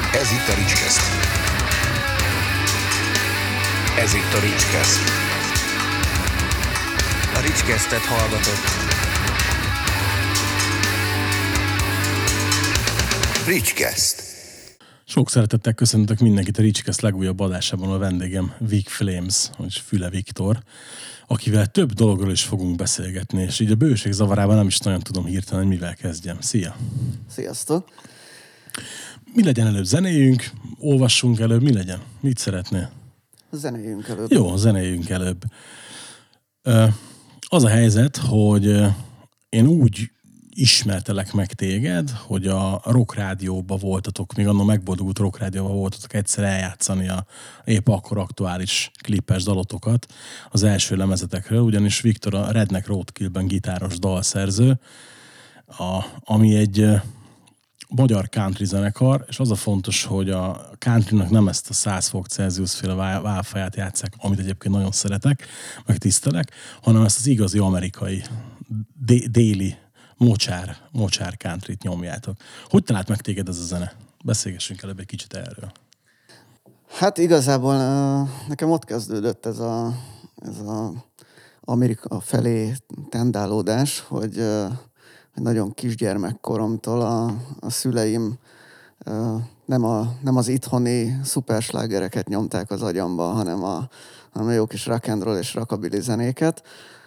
Ez itt a Ricskeszt. Ez itt a Ricskeszt. A Ricskesztet hallgatott. Ricskeszt. Sok szeretettel köszöntök mindenkit a Ricskeszt legújabb adásában. A vendégem Vic Flames, vagy Füle Viktor, akivel több dologról is fogunk beszélgetni, és így a bőség zavarában nem is nagyon tudom hirtelen, hogy mivel kezdjem. Szia! Sziasztok! Mi legyen előbb? Zenéljünk? Olvassunk előbb? Mi legyen? Mit szeretnél? Zenéljünk előbb. Jó, zenéljünk előbb. Az a helyzet, hogy én úgy ismertelek meg téged, hogy a Rock Rádióban voltatok, még annak megboldogult Rock Rádióban voltatok egyszer eljátszani a épp akkor aktuális klippes dalotokat az első lemezetekről, ugyanis Viktor a Redneck Roadkill-ben gitáros dalszerző, ami egy magyar country zenekar, és az a fontos, hogy a countrynak nem ezt a 100 fok Celsius féle válfaját játsszák, amit egyébként nagyon szeretek, meg tisztelek, hanem ezt az igazi amerikai, déli mocsár countryt nyomjátok. Hogy talált meg téged ez a zene? Beszélgessünk előbb egy kicsit erről. Hát igazából nekem ott kezdődött ez a Amerika felé tendálódás, hogy nagyon kisgyermekkoromtól a szüleim nem az itthoni szuperslágereket nyomták az agyamba, hanem a jó kis rock and roll és rockabilly zenéket.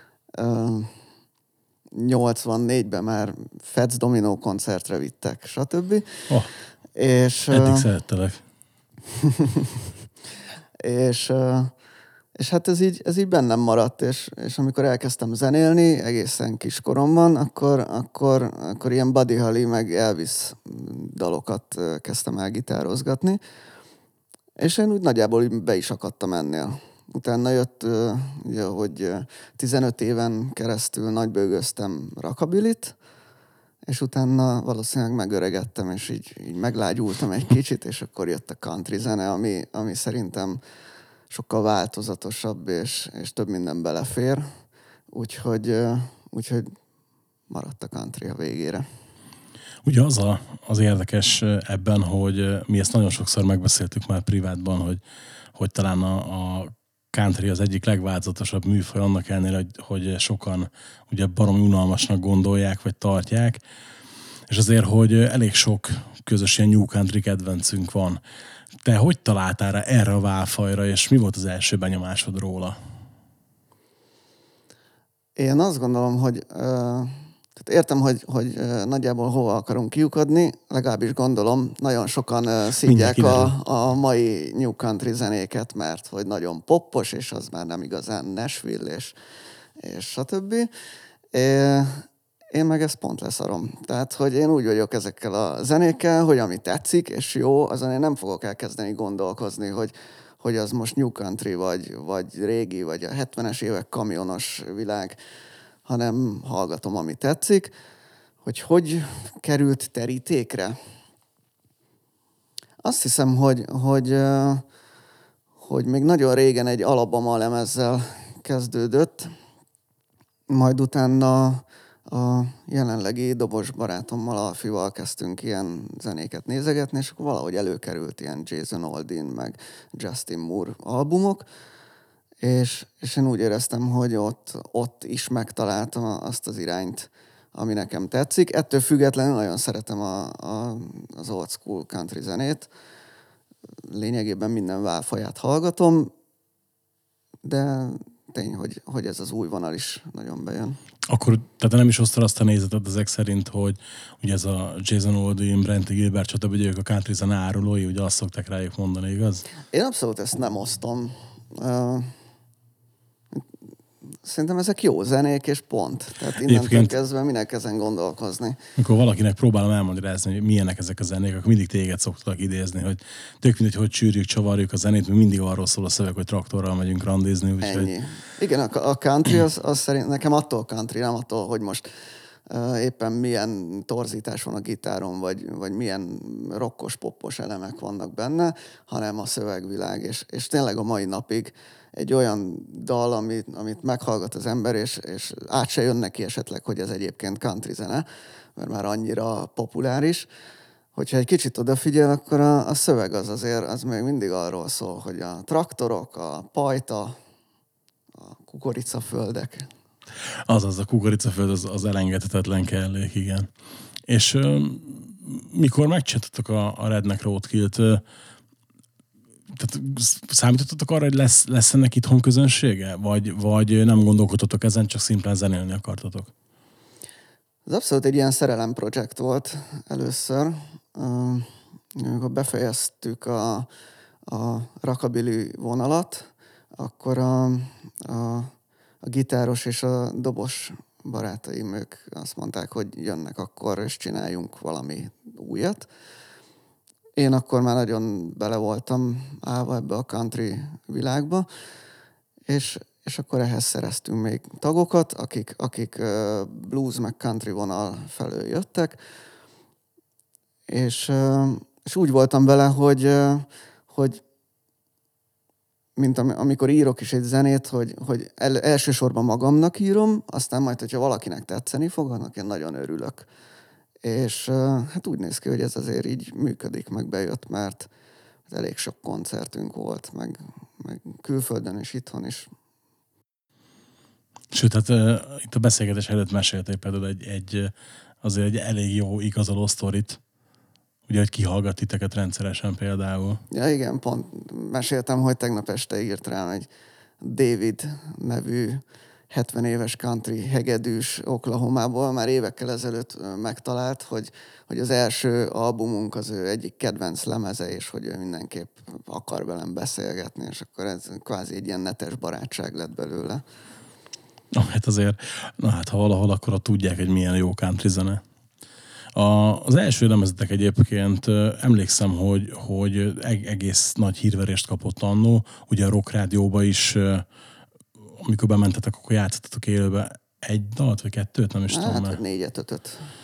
84-ben már Fats Domino koncertre vittek, stb. Oh, és, eddig szerettelek. és hát ez így bennem maradt, és amikor elkezdtem zenélni egészen kiskoromban, akkor ilyen Buddy Holly meg Elvis dalokat kezdtem el gitározgatni, és én úgy nagyjából be is akadtam ennél. Utána jött, ugye, hogy 15 éven keresztül nagybőgöztem rockabilit, és utána valószínűleg megöregedtem, és így meglágyultam egy kicsit, és akkor jött a country zene, ami szerintem sokkal változatosabb, és több minden belefér. Úgyhogy maradt a country a végére. Ugye az érdekes ebben, hogy mi ezt nagyon sokszor megbeszéltük már privátban, hogy talán a country az egyik legváltozatosabb műfaj, annak ellenére, hogy sokan ugye baromi unalmasnak gondolják, vagy tartják, és azért, hogy elég sok közös ilyen new country kedvencünk van. Te hogy találtál erre a válfajra, és mi volt az első benyomásod róla? Én azt gondolom, hogy tehát értem, hogy nagyjából hova akarunk kiukadni, legalábbis gondolom, nagyon sokan szidják a mai new country zenéket, mert hogy nagyon poppos, és az már nem igazán Nashville, és stb. Én meg ezt pont leszarom. Tehát, hogy én úgy vagyok ezekkel a zenékkel, hogy ami tetszik, és jó, azon én nem fogok elkezdeni gondolkozni, hogy az most new country, vagy régi, vagy a 70-es évek kamionos világ, hanem hallgatom, ami tetszik. Hogy került terítékre? Azt hiszem, hogy még nagyon régen egy Alabama lemezzel kezdődött, majd utána a jelenlegi dobos barátommal, Alfival kezdtünk ilyen zenéket nézegetni, és akkor valahogy előkerült ilyen Jason Aldean, meg Justin Moore albumok, és én úgy éreztem, hogy ott is megtaláltam azt az irányt, ami nekem tetszik. Ettől függetlenül nagyon szeretem az old school country zenét. Lényegében minden válfaját hallgatom, de tény, hogy ez az új vonal is nagyon bejön. Akkor tehát nem is osztál azt a nézetet ezek szerint, hogy ugye ez a Jason Aldean, Brantley Gilbert, stb. Hogy ők a country zene árulói, ugye azt szokták rájuk mondani, igaz? Én abszolút ezt nem osztom. Szerintem ezek jó zenék, és pont. Tehát innentől kezdve minek ezen gondolkozni. Amikor valakinek próbálom elmagyarázni, hogy milyenek ezek a zenék, akkor mindig téged szoktak idézni, hogy tök mindegy, hogy csűrjük, csavarjuk a zenét, mert mindig arról szól a szöveg, hogy traktorral megyünk randizni. Ennyi. Igen, a country az szerint, nekem attól country, nem attól, hogy most éppen milyen torzítás van a gitáron, vagy milyen rokkos, poppos elemek vannak benne, hanem a szövegvilág. És tényleg a mai napig egy olyan dal, amit meghallgat az ember, és át se jön neki esetleg, hogy ez egyébként country zene, mert már annyira populáris, hogyha egy kicsit odafigyel, akkor a szöveg az azért az még mindig arról szól, hogy a traktorok, a pajta, a kukoricaföldek. Azaz, a kukoricaföld az elengedhetetlen kellék, igen. És mikor megcsináltatok a Redneck Roadkill-t, tehát számítottatok arra, hogy lesz ennek itthon közönsége? Vagy nem gondolkodtatok ezen, csak szimplán zenélni akartatok? Ez abszolút egy ilyen szerelem projekt volt először. Amikor befejeztük a rockabilly vonalat, akkor a gitáros és a dobos barátaim, ők azt mondták, hogy jönnek akkor, és csináljunk valami újat. Én akkor már nagyon bele voltam állva ebbe a country világba, és akkor ehhez szereztünk még tagokat, akik blues meg country vonal felől jöttek, és úgy voltam vele, hogy mint amikor írok is egy zenét, hogy elsősorban magamnak írom, aztán majd, hogyha valakinek tetszeni fog, annak én nagyon örülök. És hát úgy néz ki, hogy ez azért így működik, meg bejött, mert elég sok koncertünk volt, meg külföldön és itthon is. Sőt, hát itt a beszélgetés előtt meséltél például azért egy elég jó igazoló sztorit, ugye, hogy kihallgat titeket rendszeresen például. Ja igen, pont meséltem, hogy tegnap este írt rám egy David nevű 70 éves country hegedűs Oklahomából, már évekkel ezelőtt megtalált, hogy az első albumunk az ő egyik kedvenc lemeze, és hogy ő mindenképp akar velem beszélgetni, és akkor ez kvázi egy ilyen netes barátság lett belőle. Hát azért, ha valahol, akkor tudják, hogy milyen jó country zene. Az első lemezetek egyébként emlékszem, hogy egész nagy hírverést kapott annó, ugye a Rock Rádióba is, amikor bementetek, akkor játszottatok élőbe egy dalt, vagy kettőt, nem is tudom. Hát 4-5.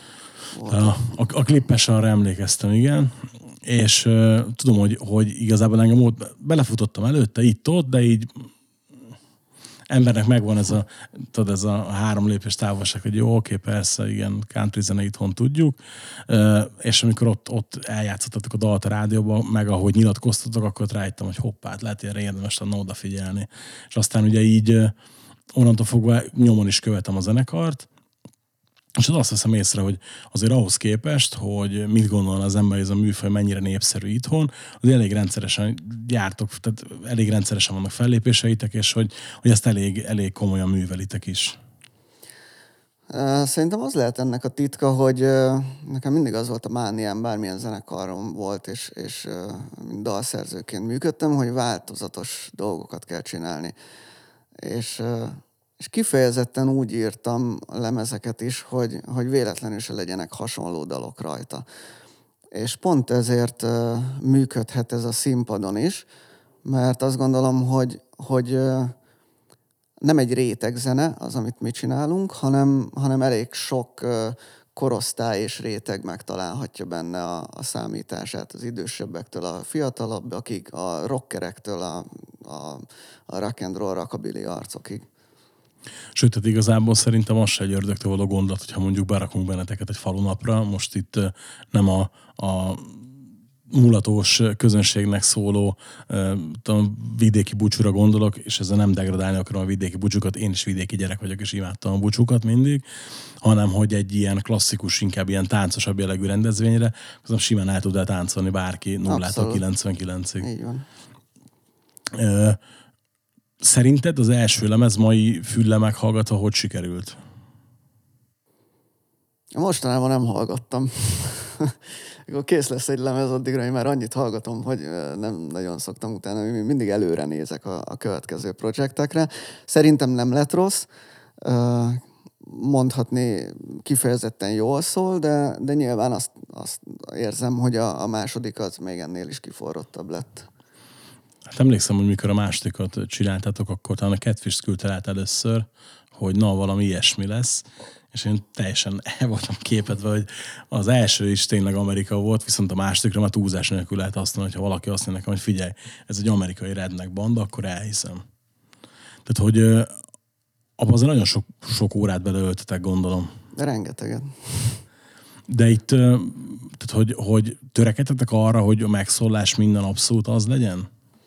A klippes arra emlékeztem, igen. És tudom, hogy igazából engem belefutottam előtte, itt-ott, de így embernek megvan ez a 3 lépés távolság, hogy jó, oké, persze, igen, country zene itthon tudjuk, és amikor ott eljátszottatok a dalt a rádióban, meg ahogy nyilatkoztatok, akkor ott rájöttem, hogy hoppát, lehet erre érdemes lenne odafigyelni. És aztán ugye így onnantól fogva nyomon is követem a zenekart, és azt veszem észre, hogy azért ahhoz képest, hogy mit gondol az ember, hogy ez a műfaj mennyire népszerű itthon, az elég rendszeresen gyártok, tehát elég rendszeresen vannak fellépéseitek, és hogy ezt elég komolyan művelitek is. Szerintem az lehet ennek a titka, hogy nekem mindig az volt a mániám, bármilyen zenekarom volt, és dalszerzőként működtem, hogy változatos dolgokat kell csinálni. És kifejezetten úgy írtam lemezeket is, hogy véletlenül se legyenek hasonló dalok rajta. És pont ezért működhet ez a színpadon is, mert azt gondolom, hogy nem egy rétegzene az, amit mi csinálunk, hanem elég sok korosztály és réteg megtalálhatja benne a számítását, az idősebbektől a fiatalabbakig, a rockerektől a rock and roll, rockabilly arcokig. Sőt, tehát igazából szerintem az se egy ördögtől való gondolat, hogyha mondjuk berakunk benneteket egy falunapra, most itt nem a mulatós közönségnek szóló vidéki búcsúra gondolok, és ezzel nem degradálni akarom a vidéki búcsúkat, én is vidéki gyerek vagyok, és imádtam a búcsúkat mindig, hanem hogy egy ilyen klasszikus, inkább ilyen táncosabb jellegű rendezvényre, azon simán el tud táncolni bárki 0-tól 99-ig. Így van. Szerinted az első lemez mai füllel meghallgatva hogy sikerült? Mostanában nem hallgattam. Akkor kész lesz egy lemez, addigra én már annyit hallgatom, hogy nem nagyon szoktam utána. Mindig előre nézek a következő projektekre. Szerintem nem lett rossz. Mondhatni kifejezetten jól szól, de nyilván azt érzem, hogy a második az még ennél is kiforrottabb lett. Hát emlékszem, hogy mikor a másodikat csináltátok, akkor talán a Catfish küldte át először, hogy na, valami ilyesmi lesz, és én teljesen el voltam képedve, hogy az első is tényleg Amerika volt, viszont a másodikra már túlzás nélkül lehet azt mondani, hogy ha valaki azt mondja nekem, hogy figyelj, ez egy amerikai redneck banda, akkor elhiszem. Tehát, hogy abban azért nagyon sok órát beleöltetek, gondolom. De rengeteget. De itt, tehát hogy törekedtetek arra, hogy a megszólás minden abszolút az legyen?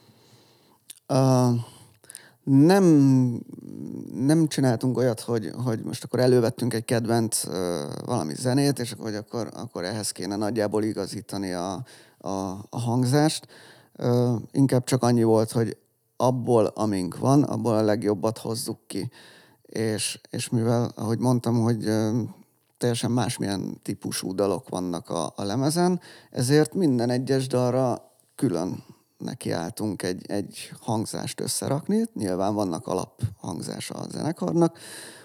Nem, nem csináltunk olyat, hogy most akkor elővettünk egy kedvenc valami zenét, és hogy akkor ehhez kéne nagyjából igazítani a hangzást. Inkább csak annyi volt, hogy abból, amink van, abból a legjobbat hozzuk ki. És mivel, ahogy mondtam, hogy teljesen másmilyen típusú dalok vannak a lemezen, ezért minden egyes dalra külön nekiálltunk egy hangzást összerakni. Nyilván vannak alaphangzása a zenekarnak,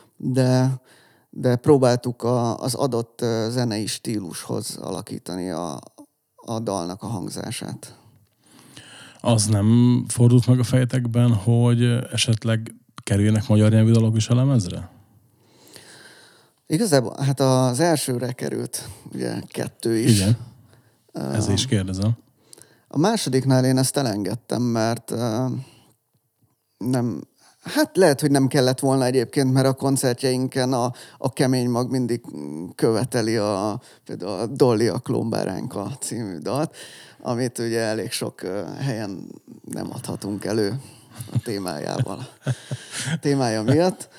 de próbáltuk az adott zenei stílushoz alakítani a dalnak a hangzását. Az nem fordult meg a fejetekben, hogy esetleg kerüljenek magyar nyelvű dalok is a lemezre? Igazából, hát az elsőre került ugye 2 is. Igen, ezért is kérdezem. A másodiknál én ezt elengedtem, mert nem... Hát lehet, hogy nem kellett volna egyébként, mert a koncertjeinken a kemény mag mindig követeli például a Dolly a klónbáránka című dalt, amit ugye elég sok helyen nem adhatunk elő a témája miatt.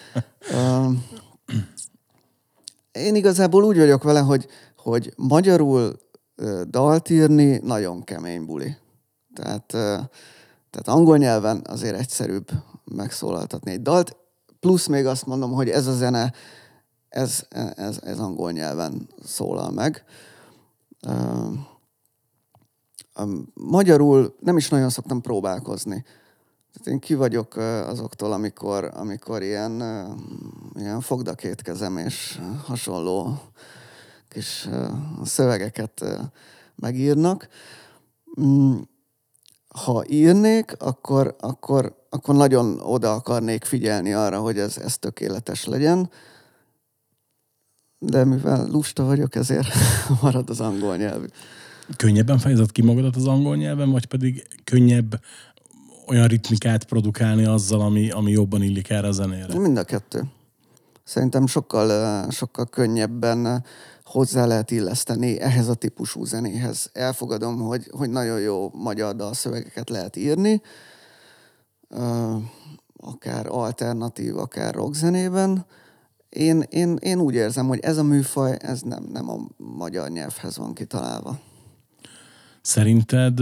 Én igazából úgy vagyok vele, hogy magyarul dalt írni nagyon kemény buli. Tehát angol nyelven azért egyszerűbb megszólaltatni egy dalt. Plusz még azt mondom, hogy ez a zene, ez angol nyelven szólal meg. Magyarul nem is nagyon szoktam próbálkozni. Tehát én ki vagyok azoktól, amikor ilyen fogd a két kezem és hasonló kis szövegeket megírnak. Ha írnék, akkor nagyon oda akarnék figyelni arra, hogy ez tökéletes legyen. De mivel lusta vagyok, ezért marad az angol nyelvű. Könnyebben fejezed ki magadat az angol nyelven, vagy pedig könnyebb olyan ritmikát produkálni azzal, ami jobban illik erre a zenére? Mind a kettő. Szerintem sokkal könnyebben hozzá lehet illeszteni ehhez a típusú zenéhez. Elfogadom, hogy nagyon jó magyar dalszövegeket lehet írni, akár alternatív, akár rockzenében. Én úgy érzem, hogy ez a műfaj, ez nem a magyar nyelvhez van kitalálva. Szerinted,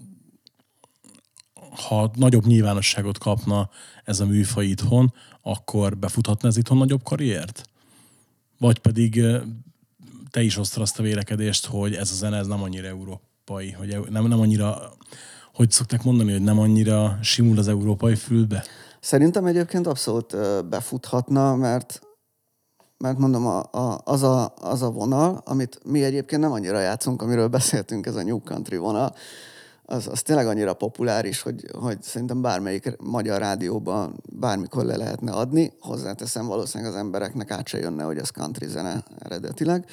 ha nagyobb nyilvánosságot kapna ez a műfaj itthon, akkor befuthatna ez itthon nagyobb karriert? Vagy pedig te is osztod azt a vélekedést, hogy ez a zene ez nem annyira európai, hogy nem annyira, hogy szokták mondani, hogy nem annyira simul az európai fülbe? Szerintem egyébként abszolút befuthatna, mert mondom, az a vonal, amit mi egyébként nem annyira játszunk, amiről beszéltünk, ez a New Country vonal, az tényleg annyira populáris, hogy szerintem bármelyik magyar rádióban bármikor le lehetne adni. Hozzáteszem, valószínűleg az embereknek át se jönne, hogy ez country zene eredetileg.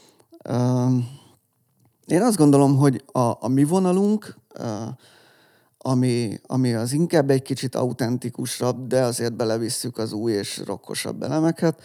Én azt gondolom, hogy a mi vonalunk, ami az inkább egy kicsit autentikusabb, de azért belevisszük az új és rockosabb elemeket,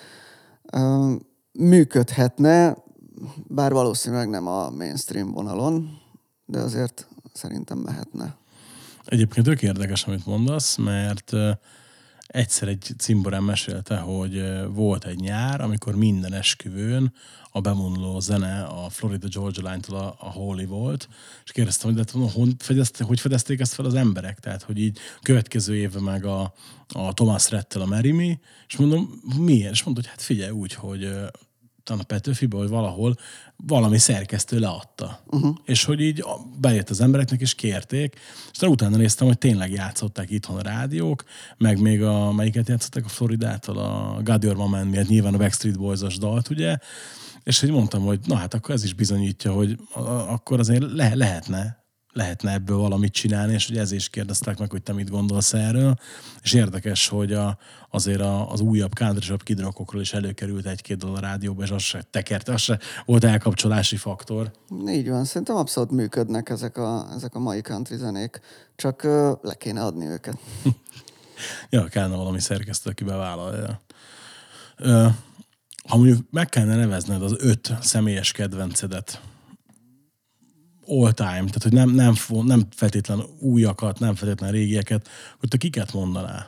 működhetne, bár valószínűleg nem a mainstream vonalon, de azért szerintem mehetne. Egyébként tök érdekes, amit mondasz, mert egyszer egy cimborám mesélte, hogy volt egy nyár, amikor minden esküvőn a bevonuló zene a Florida Georgia Line-tól a Holy volt, és kérdeztem, hogy fedezték ezt fel az emberek? Tehát, hogy így következő évben meg a Thomas Rhett-tel a Marry Me, és mondom, miért? És mondta, hogy hát figyelj úgy, hogy talán a Petőfibe, vagy valahol valami szerkesztő leadta. Uh-huh. És hogy így bejött az embereknek, és kérték, és utána néztem, hogy tényleg játszották itthon a rádiók, meg még melyiket játszották a Floridától, a God Your Mama miatt, nyilván a Backstreet Boys-os dalt, ugye, és hogy mondtam, hogy na hát akkor ez is bizonyítja, hogy akkor azért lehetne ebből valamit csinálni, és hogy ezért is kérdeztek meg, hogy te mit gondolsz erről. És érdekes, hogy azért az újabb country-sabb kidrakokról is előkerült egy-két dal a rádióba, és az se volt elkapcsolási faktor. Így van, szerintem abszolút működnek ezek a mai country zenék, csak le kéne adni őket. Ja, kellene valami szerkesztő, aki bevállalja. Ha mondjuk meg kellene nevezned az 5 személyes kedvencedet all time, tehát hogy nem feltétlen újakat, nem feltétlen régieket, hogy te kiket mondanál?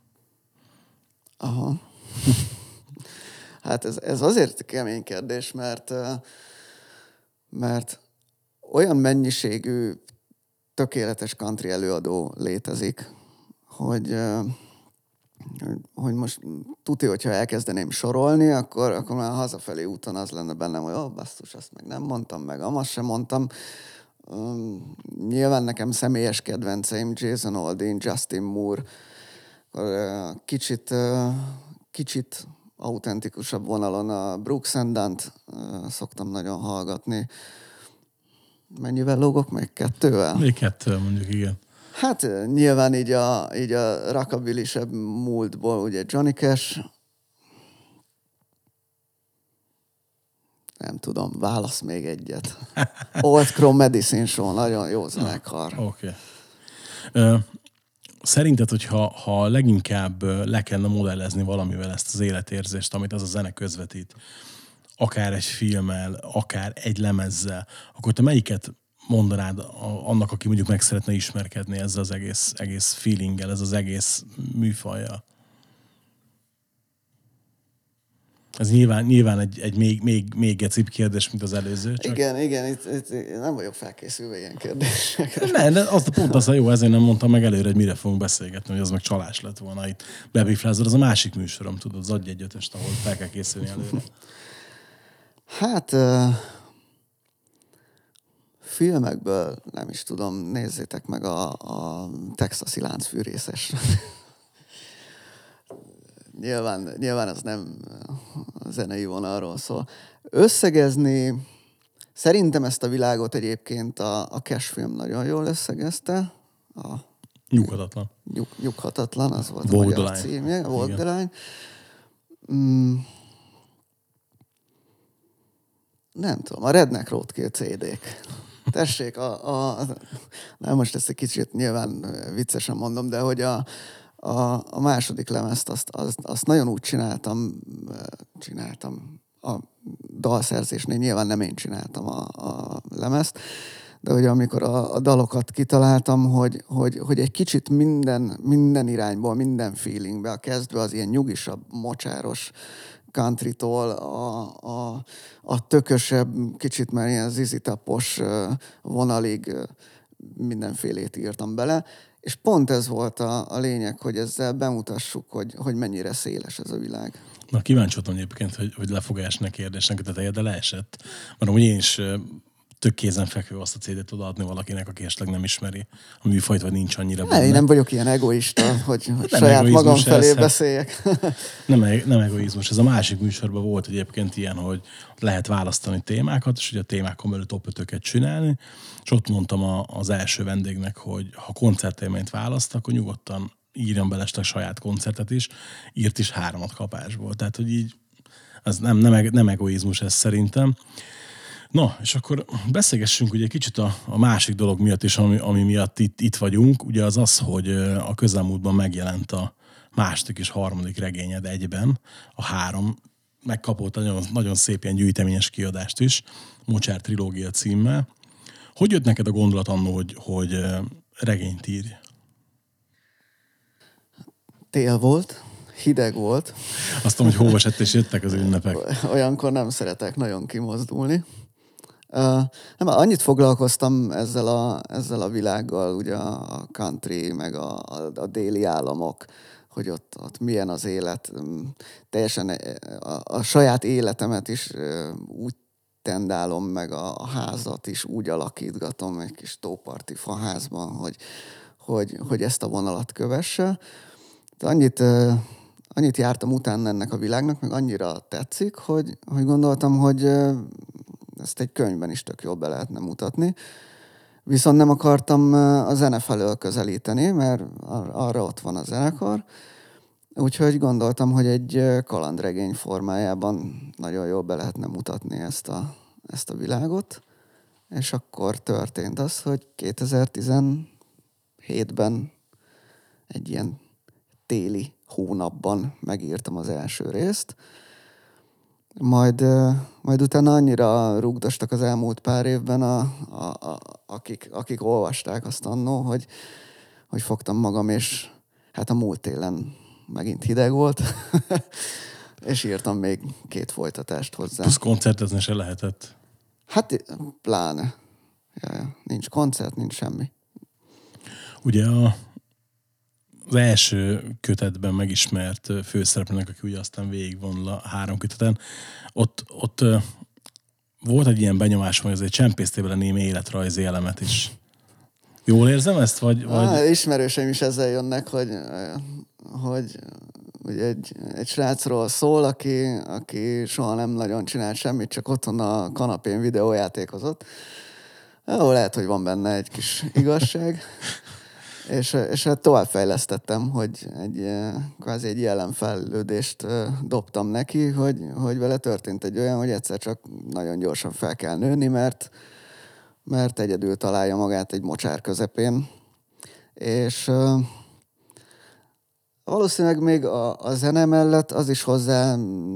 Aha. Hát ez azért kemény kérdés, mert olyan mennyiségű tökéletes country előadó létezik, hogy most tuti, hogyha elkezdeném sorolni, akkor már hazafelé úton az lenne bennem, hogy basszus, azt meg nem mondtam, meg amast sem mondtam. Nyilván nekem személyes kedvenceim Jason Aldean, Justin Moore, kicsit autentikusabb vonalon a Brooks and Dunn-t szoktam nagyon hallgatni. Mennyivel lógok meg? 2-vel? Még 2 mondjuk, igen. Hát nyilván így a rockabilly-sebb múltból, ugye Johnny Cash. Nem tudom, válasz még egyet. Old Crow Medicine Show, nagyon jó zenekar. Oké. Szerinted, hogyha leginkább le kellene modellezni valamivel ezt az életérzést, amit az a zene közvetít, akár egy filmmel, akár egy lemezzel, akkor te melyiket mondanád annak, aki mondjuk meg szeretne ismerkedni ezzel az egész feelinggel, ez az egész műfajjal? Ez nyilván egy még gecibb kérdés, mint az előző. Csak... Igen, itt nem vagyok felkészülve ilyen kérdésekre. Ne, de pont az a jó, ezért nem mondtam meg előre, hogy mire fogunk beszélgetni, hogy az meg csalás lett volna itt. Bebifrázod, az a másik műsorom, tudod, az adj egy 5-öst, ahol fel kell készülni előre. Hát filmekből nem is tudom, nézzétek meg a texasi láncfűrészes. Nyilván az nem a zenei vonalról szól. Összegezni, szerintem ezt a világot egyébként a Cash film nagyon jól összegezte. Nyughatatlan. Nyughatatlan, az volt Walk a the magyar Line. címje. Walk the Line. Nem tudom, a Redneck Roadkill CD-k. Tessék, nem most ezt egy kicsit nyilván viccesen mondom, de hogy a második lemezt, azt nagyon úgy csináltam a dalszerzésnél, nyilván nem én csináltam a lemezt, de hogy amikor a dalokat kitaláltam, hogy egy kicsit minden irányból, minden feelingbe, kezdve az ilyen nyugisabb, mocsáros countrytól a tökösebb, kicsit már ilyen zizitapos vonalig mindenfélét írtam bele, és pont ez volt a lényeg, hogy ezzel bemutassuk, hogy mennyire széles ez a világ. Na, kíváncsi voltam egyébként, hogy le fog esni a kérdésnek a teteje, de leesett. Mert amúgy én is tök kézenfekvő azt a CD-t odaadni valakinek, aki esetleg nem ismeri a műfajt, vagy nincs annyira benne. Én nem vagyok ilyen egoista, hogy saját magam felé beszéljek. Nem egoizmus. Ez a másik műsorban volt egyébként ilyen, hogy lehet választani témákat, és ugye a témákon belül top 5-öket csinálni, és ott mondtam az első vendégnek, hogy ha koncertélményt választ, akkor nyugodtan írjon bele saját koncertet is, írt is 3 kapásból. Tehát, hogy így, ez nem egoizmus ez szerintem. Na, és akkor beszélgessünk ugye egy kicsit a másik dolog miatt is, ami miatt itt vagyunk. Ugye az, hogy a közelmúltban megjelent a második és harmadik regényed egyben, a 3, megkapott nagyon, nagyon szép ilyen gyűjteményes kiadást is, Mocsár trilógia címmel. Hogy jött neked a gondolat annó, hogy regényt írj? Tél volt, hideg volt. Azt tudom, hogy hóvas és jöttek az ünnepek. Olyankor nem szeretek nagyon kimozdulni. Nem, annyit foglalkoztam ezzel a világgal, ugye a country, meg a déli államok, hogy ott milyen az élet. Teljesen a saját életemet is úgy tendálom, meg a házat is úgy alakítgatom egy kis tóparti faházban, hogy ezt a vonalat kövesse. De annyit jártam utána ennek a világnak, meg annyira tetszik, hogy gondoltam, hogy ezt egy könyvben is tök jól be lehetne mutatni. Viszont nem akartam a zene felől közelíteni, mert arra ott van a zenekar. Úgyhogy gondoltam, hogy egy kalandregény formájában nagyon jól be lehetne mutatni ezt a világot. És akkor történt az, hogy 2017-ben egy ilyen téli hónapban megírtam az első részt. Majd utána annyira rúgdostak az elmúlt pár évben, akik olvasták azt annó, hogy fogtam magam, és hát a múlt télen megint hideg volt, és írtam még 2 folytatást hozzá. Plusz koncertezni se lehetett. Hát pláne. Ja. Nincs koncert, nincs semmi. Ugye az első kötetben megismert főszereplőnek, aki ugye aztán végigvonul a 3 köteten, ott volt egy ilyen benyomásom, hogy azért csempésztél bele némi életrajzi elemet is. Jól érzem ezt? Vagy... Ismerőseim is ezzel jönnek, hogy ugye egy srácról szól, aki soha nem nagyon csinált semmit, csak otthon a kanapén videójátékozott. Lehet, hogy van benne egy kis igazság. És hát továbbfejlesztettem, hogy kvázi egy jelenfejlődést dobtam neki, hogy vele történt egy olyan, hogy egyszer csak nagyon gyorsan fel kell nőni, mert egyedül találja magát egy mocsár közepén. És valószínűleg még a zene mellett az is hozzá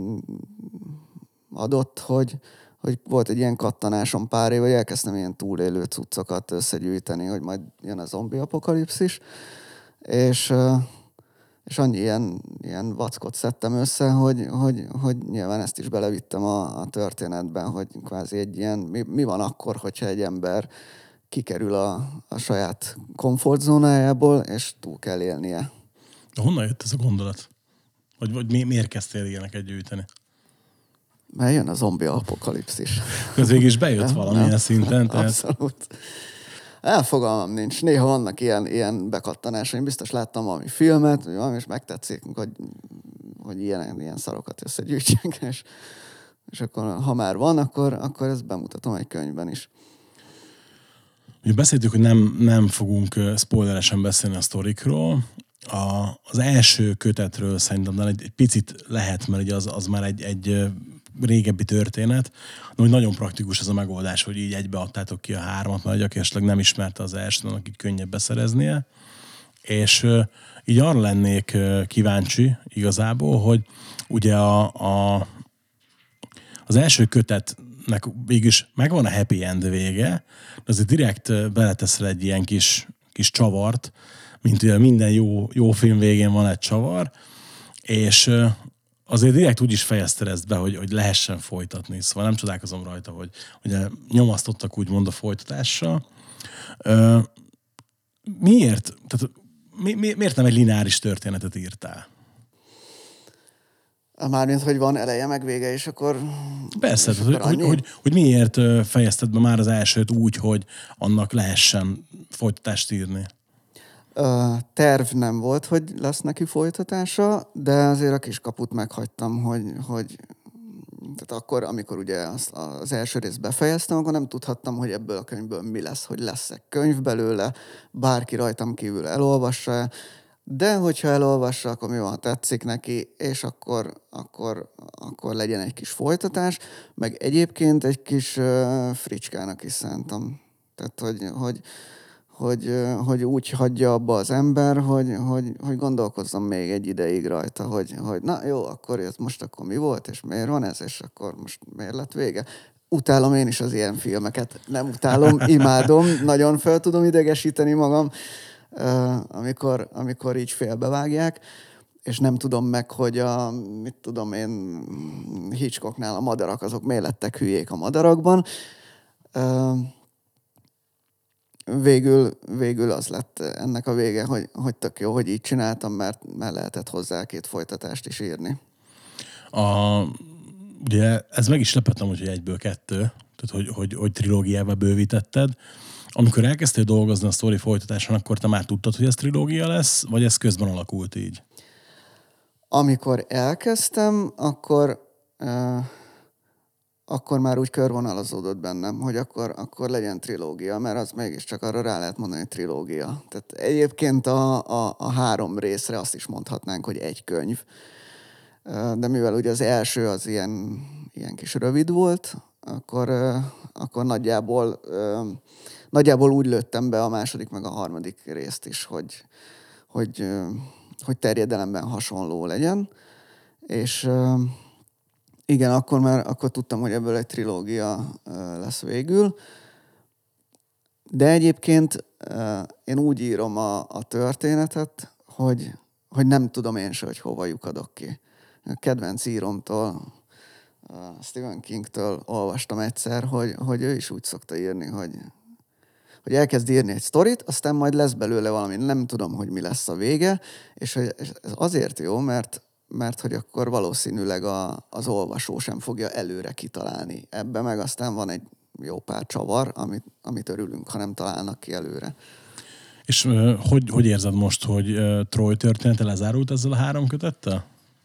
adott, hogy volt egy ilyen kattanásom pár év, hogy elkezdtem ilyen túlélő cuccokat összegyűjteni, hogy majd jön a zombi apokalipszis, és annyi ilyen vackot szedtem össze, hogy nyilván ezt is belevittem a történetben, hogy kvázi egy ilyen, mi van akkor, hogyha egy ember kikerül a saját komfortzónájából, és túl kell élnie. De honnan jött ez a gondolat? Vagy miért kezdtél ilyeneket gyűjteni? Mert jön a zombi apokalipszis. Ez végig is bejött valamilyen szinten. Tehát... Abszolút. Elfogalmam nincs. Néha vannak ilyen bekattanások. Én biztos láttam valami filmet, valami, és megtetszik, hogy ilyen szarokat összegyűjtsünk, és akkor, ha már van, akkor ezt bemutatom egy könyvben is. Ugye beszéltük, hogy nem fogunk spoileresen beszélni a sztorikról. Az első kötetről szerintem egy picit lehet, mert ugye az már egy régebbi történet, de hogy nagyon praktikus ez a megoldás, hogy így egybeadtátok ki a 3, mert aki esetleg nem ismerte az elsőt, annak így könnyebb beszereznie. És így arra lennék kíváncsi igazából, hogy ugye az első kötetnek végülis megvan a happy end vége, de azért direkt beleteszel egy ilyen kis csavart, mint ugye minden jó film végén van egy csavar, és azért direkt úgy is fejezted ezt be, hogy lehessen folytatni. Szóval nem csodálkozom rajta, hogy nyomasztottak úgymond a folytatással. Miért? Tehát, miért nem egy lineáris történetet írtál? Mármint, hogy van eleje, meg vége, és akkor... Persze, és akkor hogy miért fejezted be már az elsőt úgy, hogy annak lehessen folytatást írni? Terv nem volt, hogy lesz neki folytatása, de azért a kiskaput meghagytam, hogy tehát akkor, amikor ugye az első részt befejeztem, akkor nem tudhattam, hogy ebből a könyvből mi lesz, hogy lesz-e könyv belőle, bárki rajtam kívül elolvassa, de hogyha elolvassa, akkor mi van, tetszik neki, és akkor legyen egy kis folytatás, meg egyébként egy kis fricskának is szántam. Tehát, hogy úgy hagyja abba az ember, hogy gondolkozzon még egy ideig rajta, hogy na jó, akkor ez most akkor mi volt, és miért van ez, és akkor most miért lett vége. Utálom én is az ilyen filmeket. Nem utálom, imádom, nagyon fel tudom idegesíteni magam, amikor így félbevágják, és nem tudom meg, hogy mit tudom én, Hitchcocknál a madarak, azok miért lettek hülyék a madarakban. Végül az lett ennek a vége, hogy tök jó, hogy így csináltam, mert lehetett hozzá 2 folytatást is írni. Ugye ez meg is lepettem, hogy 1-ből 2, tehát hogy trilógiával bővítetted. Amikor elkezdtél dolgozni a sztori folytatáson, akkor te már tudtad, hogy ez trilógia lesz, vagy ez közben alakult így? Amikor elkezdtem, akkor már úgy körvonalazódott bennem, hogy akkor legyen trilógia, mert az mégiscsak arra rá lehet mondani, hogy trilógia. Tehát egyébként a 3 részre azt is mondhatnánk, hogy egy könyv. De mivel ugye az első az ilyen kis rövid volt, akkor nagyjából úgy lőttem be a második meg a 3. részt is, hogy terjedelemben hasonló legyen. És Igen, akkor tudtam, hogy ebből egy trilógia lesz végül. De egyébként én úgy írom a történetet, hogy nem tudom én se, hogy hova lyukadok ki. A kedvenc íromtól, Stephen Kingtől olvastam egyszer, hogy ő is úgy szokta írni, hogy elkezd írni egy sztorit, aztán majd lesz belőle valami, nem tudom, hogy mi lesz a vége, és hogy ez azért jó, mert hogy akkor valószínűleg az olvasó sem fogja előre kitalálni. Ebbe meg aztán van egy jó pár csavar, amit örülünk, ha nem találnak ki előre. És hogy érzed most, hogy Troy története lezárult ezzel a 3 kötettel?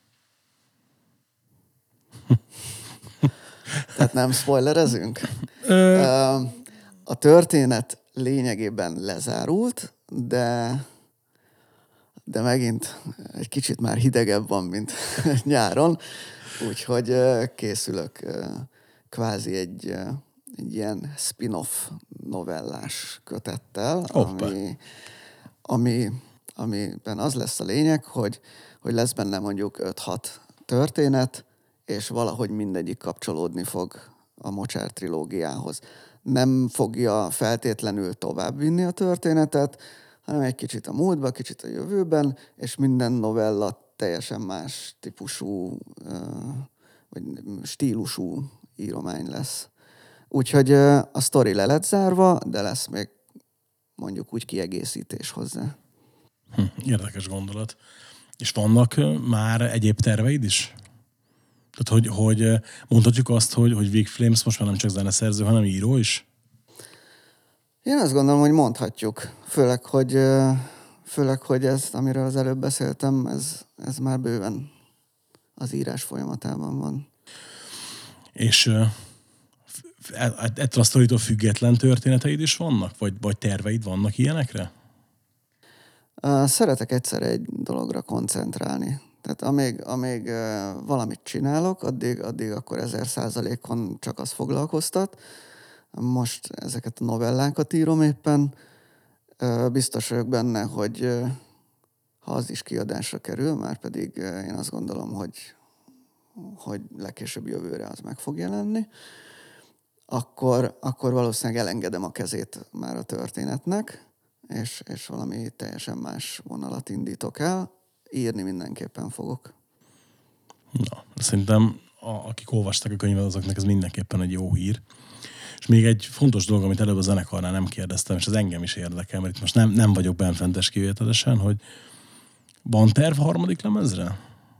Tehát nem spoilerezünk? A történet lényegében lezárult, de megint egy kicsit már hidegebb van, mint nyáron, úgyhogy készülök kvázi egy ilyen spin-off novellás kötettel, amiben az lesz a lényeg, hogy lesz benne mondjuk 5-6 történet, és valahogy mindegyik kapcsolódni fog a Mocsár trilógiához. Nem fogja feltétlenül továbbvinni a történetet, hanem egy kicsit a múltba, kicsit a jövőben, és minden novella teljesen más típusú, vagy stílusú íromány lesz. Úgyhogy a sztori le lett zárva, de lesz még mondjuk úgy kiegészítés hozzá. Érdekes gondolat. És vannak már egyéb terveid is? Tehát, hogy mondhatjuk azt, hogy Vic Flames most már nem csak zeneszerző, hanem író is? Én azt gondolom, hogy mondhatjuk. Főleg, hogy ez, amiről az előbb beszéltem, ez már bőven az írás folyamatában van. És ettől a sztoritól független történeteid is vannak? Vagy terveid vannak ilyenekre? Szeretek egyszer egy dologra koncentrálni. Tehát amíg valamit csinálok, addig akkor 1000%-on csak az foglalkoztat. Most ezeket a novellákat írom éppen. Biztos vagyok benne, hogy ha az is kiadásra kerül, már pedig én azt gondolom, hogy legkésőbb jövőre az meg fog jelenni, akkor valószínűleg elengedem a kezét már a történetnek, és valami teljesen más vonalat indítok el. Írni mindenképpen fogok. Na, szerintem akik olvasták a könyvet, azoknak ez mindenképpen egy jó hír. És még egy fontos dolog, amit előbb a zenekarnál nem kérdeztem, és az engem is érdekel, mert itt most nem vagyok benfentes kivételesen, hogy van terv a 3. lemezre?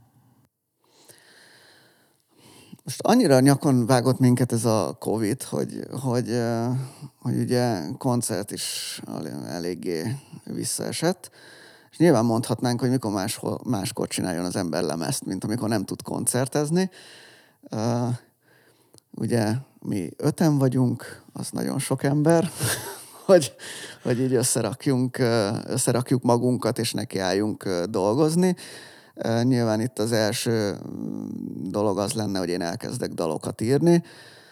Most annyira nyakon vágott minket ez a Covid, hogy ugye koncert is eléggé visszaesett, és nyilván mondhatnánk, hogy mikor máskor csináljon az ember lemezt, mint amikor nem tud koncertezni. Ugye mi 5-en vagyunk, az nagyon sok ember, hogy így összerakjuk magunkat, és nekiálljunk dolgozni. Nyilván itt az első dolog az lenne, hogy én elkezdek dalokat írni.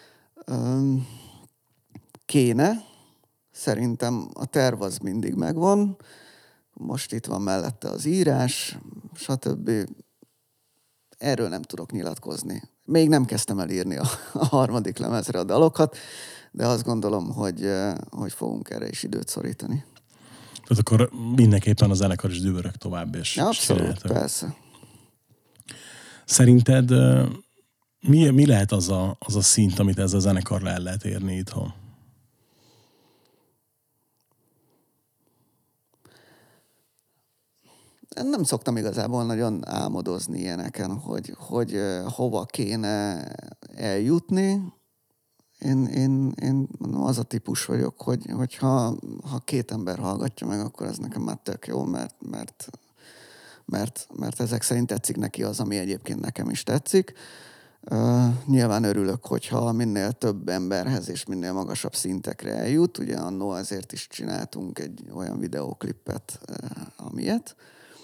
Szerintem a terv az mindig megvan. Most itt van mellette az írás, stb. Erről nem tudok nyilatkozni. Még nem kezdtem el írni a 3. lemezre a dalokat, de azt gondolom, hogy fogunk erre is időt szorítani. Tehát akkor mindenképpen a zenekar is dübörög tovább, és abszolút, persze. Szerinted mi lehet az a szint, amit ezzel a zenekarra el lehet érni itthon? Nem szoktam igazából nagyon álmodozni ilyeneken, hogy hova kéne eljutni. Én az a típus vagyok, hogy ha 2 ember hallgatja meg, akkor ez nekem már tök jó, mert ezek szerint tetszik neki az, ami egyébként nekem is tetszik. Nyilván örülök, hogyha minél több emberhez és minél magasabb szintekre eljut. Ugye annó ezért is csináltunk egy olyan videóklipet, amilyet.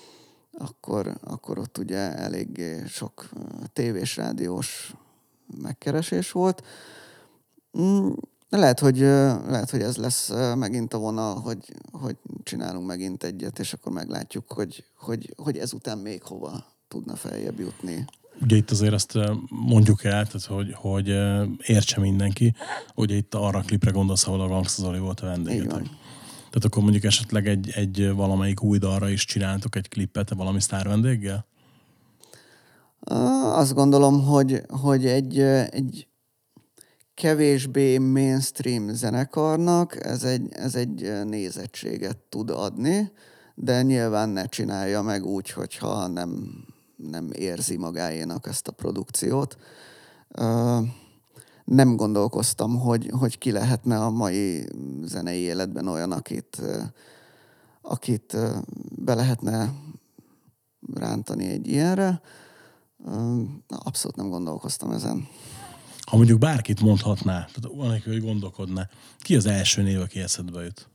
Akkor ott ugye eléggé sok tévés, rádiós megkeresés volt. Lehet, hogy ez lesz megint a vonal, hogy csinálunk megint egyet, és akkor meglátjuk, hogy ezután még hova tudna feljebb jutni. Ugye itt azért azt mondjuk el, tehát hogy értse mindenki, hogy itt arra a klipre gondolsz, ahol a Gangsta Zoli volt a vendégetek. Tehát akkor mondjuk esetleg egy valamelyik új dalra is csináltok egy klippet valami sztár vendéggel? Azt gondolom, hogy egy kevésbé mainstream zenekarnak ez egy nézettséget tud adni, de nyilván ne csinálja meg úgy, hogyha nem érzi magáénak ezt a produkciót. Nem gondolkoztam, hogy ki lehetne a mai zenei életben olyan, akit be lehetne rántani egy ilyenre. Abszolút nem gondolkoztam ezen. Ha mondjuk bárkit mondhatná, tehát anélkül, hogy gondolkodná, ki az első név, aki eszedbe jut?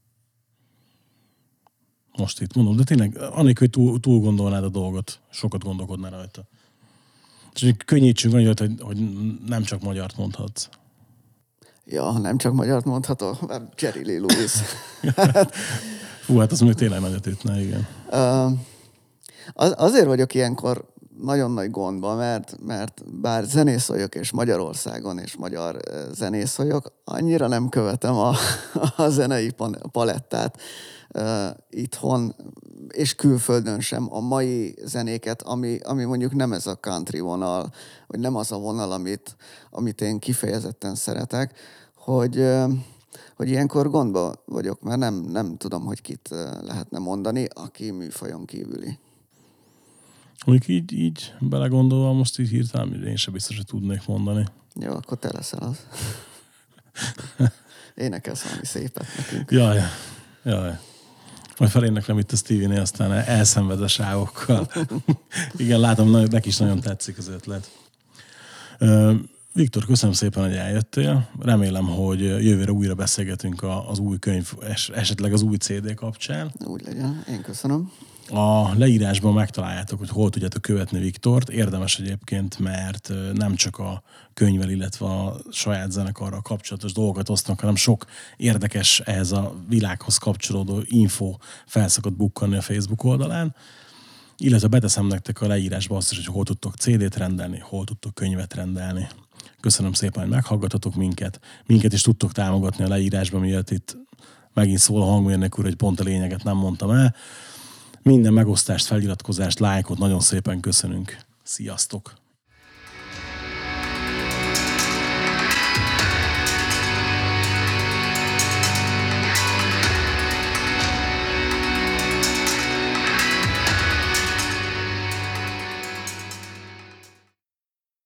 Most itt mondom, de tényleg anélkül, hogy túl gondolnád a dolgot, sokat gondolkodnál rajta. És könnyítsünk annyit, hogy nem csak magyart mondhatsz. Ja, nem csak magyart mondhatok, mert Jerry Lee Lewis. Hú, hát az még tényleg nagyot ütne, igen. Azért vagyok ilyenkor nagyon nagy gondban, mert bár zenész vagyok, és Magyarországon, és magyar zenész vagyok, annyira nem követem a zenei palettát itthon, és külföldön sem a mai zenéket, ami mondjuk nem ez a country vonal, vagy nem az a vonal, amit én kifejezetten szeretek, hogy ilyenkor gondba vagyok, mert nem tudom, hogy kit lehetne mondani, aki műfajon kívüli. Mondjuk így belegondolva, most így hirtelen én sem biztos, hogy tudnék mondani. Jó, akkor te leszel az. Énekelsz valami szépet nekünk. Jaj. Majd feléneklem itt a Stevie-nél, aztán elszenved sávokkal. Igen, látom, neki is nagyon tetszik az ötlet. Viktor, köszönöm szépen, hogy eljöttél. Remélem, hogy jövőre újra beszélgetünk az új könyv, esetleg az új CD kapcsán. Úgy legyen, én köszönöm. A leírásban megtaláljátok, hogy hol tudjátok követni Viktort. Érdemes egyébként, mert nem csak a könyvvel, illetve a saját zenekarral kapcsolatos dolgokat osztanak, hanem sok érdekes ehhez a világhoz kapcsolódó info fel szokott bukkanni a Facebook oldalán. Illetve beteszem nektek a leírásba azt is, hogy hol tudtok CD-t rendelni, hol tudtok könyvet rendelni. Köszönöm szépen, hogy meghallgatotok minket. Minket is tudtok támogatni a leírásban, miatt itt megint szól a hangmérnök úr, hogy pont a lényeget nem mondtam el. Minden megosztást, feliratkozást, lájkot nagyon szépen köszönünk. Sziasztok!